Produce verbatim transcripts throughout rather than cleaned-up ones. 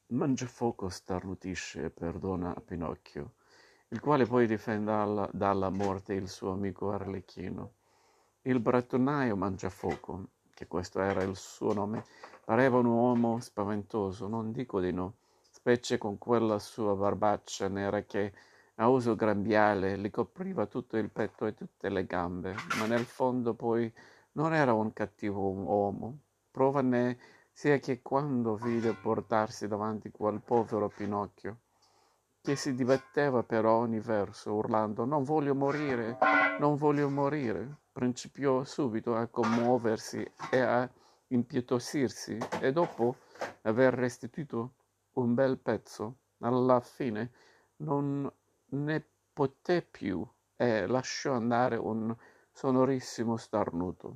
Mangiafoco starnutisce e perdona a Pinocchio, il quale poi difende alla- dalla morte il suo amico Arlecchino. Il burattonaio Mangiafoco, che questo era il suo nome, pareva un uomo spaventoso, non dico di no, specie con quella sua barbaccia nera che, a uso grembiale, gli copriva tutto il petto e tutte le gambe, ma nel fondo poi non era un cattivo uomo. Prova ne sia che quando vide portarsi davanti quel povero Pinocchio, che si dibatteva per ogni verso, urlando «Non voglio morire, non voglio morire», principiò subito a commuoversi e a impietosirsi e dopo aver restituito un bel pezzo, alla fine non ne poté più e lasciò andare un sonorissimo starnuto.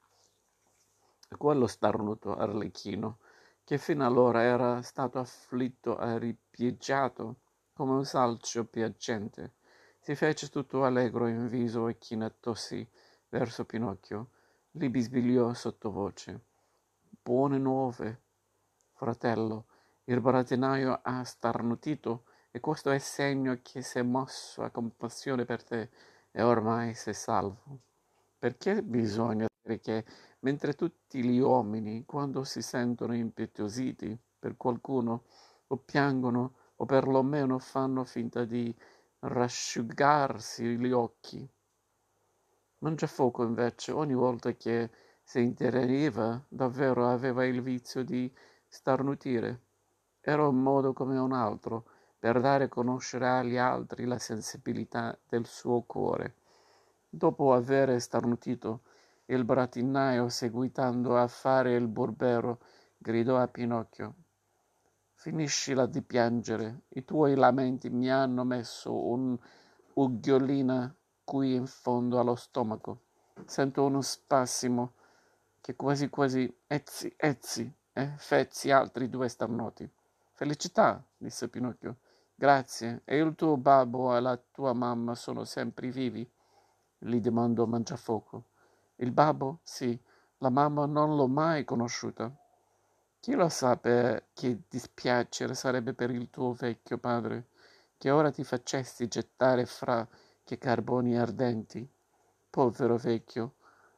Quello starnuto Arlecchino, che fino allora era stato afflitto e ripieggiato come un salcio piangente, si fece tutto allegro in viso e chinatosi verso Pinocchio, gli bisbigliò sottovoce: «Buone nuove, fratello, il burattinaio ha starnutito e questo è segno che s'è mosso a compassione per te e ormai sei salvo. Perché bisogna dire che mentre tutti gli uomini, quando si sentono impietositi per qualcuno, o piangono o perlomeno fanno finta di rasciugarsi gli occhi, Mangiafoco invece ogni volta che si interiva davvero aveva il vizio di starnutire. Era un modo come un altro per dare a conoscere agli altri la sensibilità del suo cuore. Dopo aver starnutito, il burattinaio, seguitando a fare il burbero, gridò a Pinocchio: «Finiscila di piangere, i tuoi lamenti mi hanno messo un'ughiolina qui in fondo allo stomaco. Sento uno spasimo che quasi quasi ezzi, ezzi, e fezzi altri due starnuti. Felicità, disse Pinocchio. Grazie. E il tuo babbo e la tua mamma sono sempre vivi? Gli domandò Mangiafoco. Il babbo? Sì. La mamma non l'ho mai conosciuta. Chi lo sa per che dispiacere sarebbe per il tuo vecchio padre, che ora ti facesti gettare fra che carboni ardenti. Povero vecchio,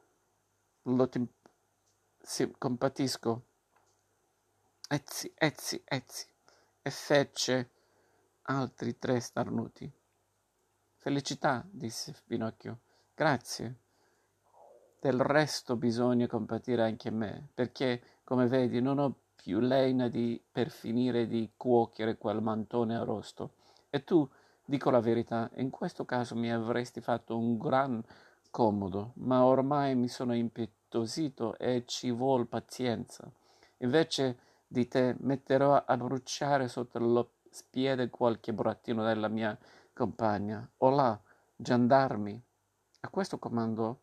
lo ti sì, compatisco. Ezzi, ezzi, ezzi. E fece altri tre starnuti. Felicità, disse Pinocchio. Grazie. Del resto bisogna compatire anche me, perché, come vedi, non ho più lena di, per finire di cuocere quel mantone arrosto. E tu, dico la verità, in questo caso mi avresti fatto un gran comodo, ma ormai mi sono impietosito e ci vuol pazienza. Invece di te metterò a bruciare sotto lo spiede qualche burattino della mia compagna. Olà, giandarmi. A questo comando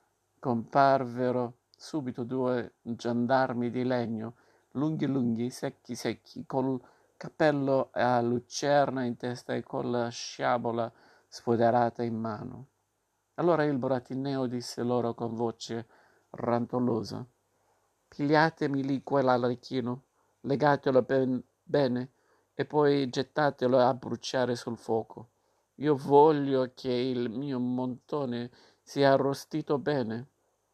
comparvero subito due giandarmi di legno, lunghi lunghi, secchi secchi, col cappello a lucerna in testa e con la sciabola sfoderata in mano. Allora il burattineo disse loro con voce rantolosa: «Pigliatemi lì quell'arlecchino, legatelo ben bene e poi gettatelo a bruciare sul fuoco. Io voglio che il mio montone sia arrostito bene».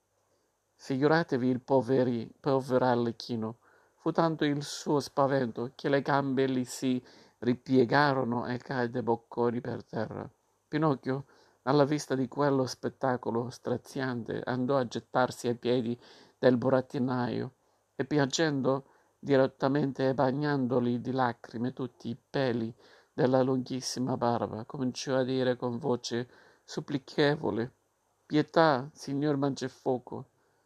Figuratevi il poveri, povero Arlecchino. Fu tanto il suo spavento che le gambe gli si ripiegarono e cadde bocconi per terra. Pinocchio, alla vista di quello spettacolo straziante, andò a gettarsi ai piedi del burattinaio e piangendo direttamente e bagnandogli di lacrime tutti i peli della lunghissima barba, cominciò a dire con voce supplichevole: «Pietà, signor Mangiafoco!»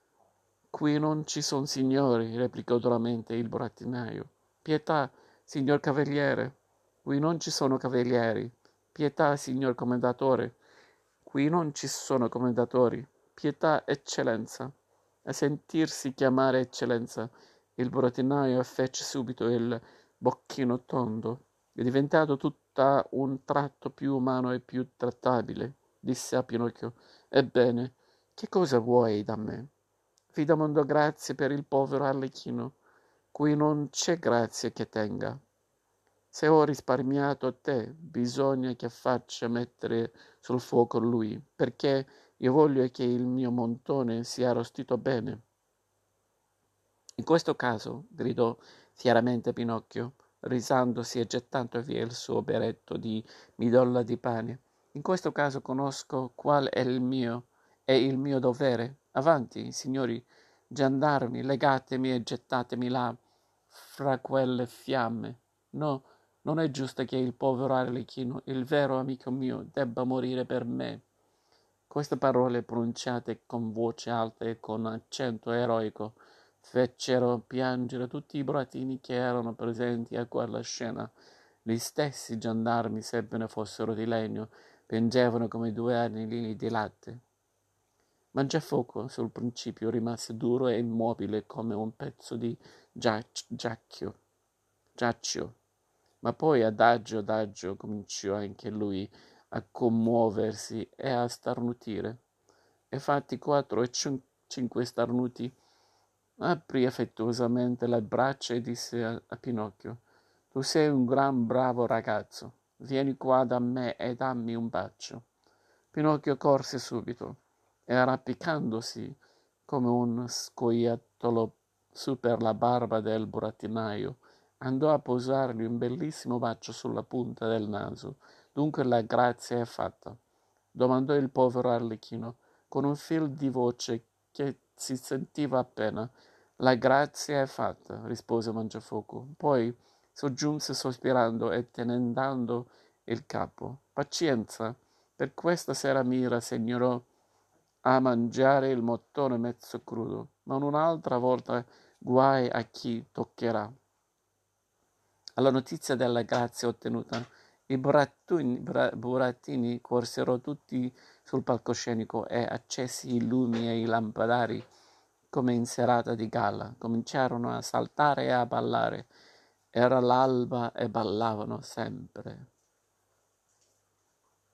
«Qui non ci son signori», replicò duramente il burattinaio. «Pietà, signor cavaliere, qui non ci sono cavalieri. Pietà, signor commendatore, qui non ci sono commendatori. Pietà, eccellenza». A sentirsi chiamare eccellenza, il burattinaio fece subito il bocchino tondo e diventato tutt'a un tratto più umano e più trattabile, disse a Pinocchio: «Ebbene, che cosa vuoi da me?» Vi domando grazie per il povero Arlecchino. Qui non c'è grazia che tenga. Se ho risparmiato te, bisogna che faccia mettere sul fuoco lui, perché io voglio che il mio montone sia arrostito bene. In questo caso, gridò fieramente Pinocchio, risandosi e gettando via il suo berretto di midolla di pane. In questo caso conosco qual è il mio, è il mio dovere. Avanti, signori gendarmi, legatemi e gettatemi là fra quelle fiamme. No, non è giusto che il povero Arlecchino, il vero amico mio, debba morire per me. Queste parole pronunciate con voce alta e con accento eroico fecero piangere tutti i burattini che erano presenti a quella scena. Gli stessi gendarmi, sebbene fossero di legno, piangevano come due agnelli di latte. Mangiafoco sul principio rimase duro e immobile come un pezzo di giac- giacchio, giaccio, ma poi adagio adagio cominciò anche lui a commuoversi e a starnutire. E fatti quattro e cin- cinque starnuti, aprì affettuosamente le braccia e disse a, a Pinocchio: Tu sei un gran bravo ragazzo, vieni qua da me e dammi un bacio. Pinocchio corse subito e arrampicandosi come un scoiattolo su per la barba del burattinaio, andò a posargli un bellissimo bacio sulla punta del naso. Dunque la grazia è fatta? Domandò il povero Arlecchino, con un fil di voce che si sentiva appena. La grazia è fatta, rispose Mangiafoco. Poi soggiunse sospirando e tenendando il capo. Pazienza, per questa sera mi rassegnerò a mangiare il mottone mezzo crudo, ma un'altra volta guai a chi toccherà. Alla notizia della grazia ottenuta, i burattini, bra- burattini corsero tutti sul palcoscenico e, accesi i lumi e i lampadari come in serata di gala, cominciarono a saltare e a ballare. Era l'alba e ballavano sempre.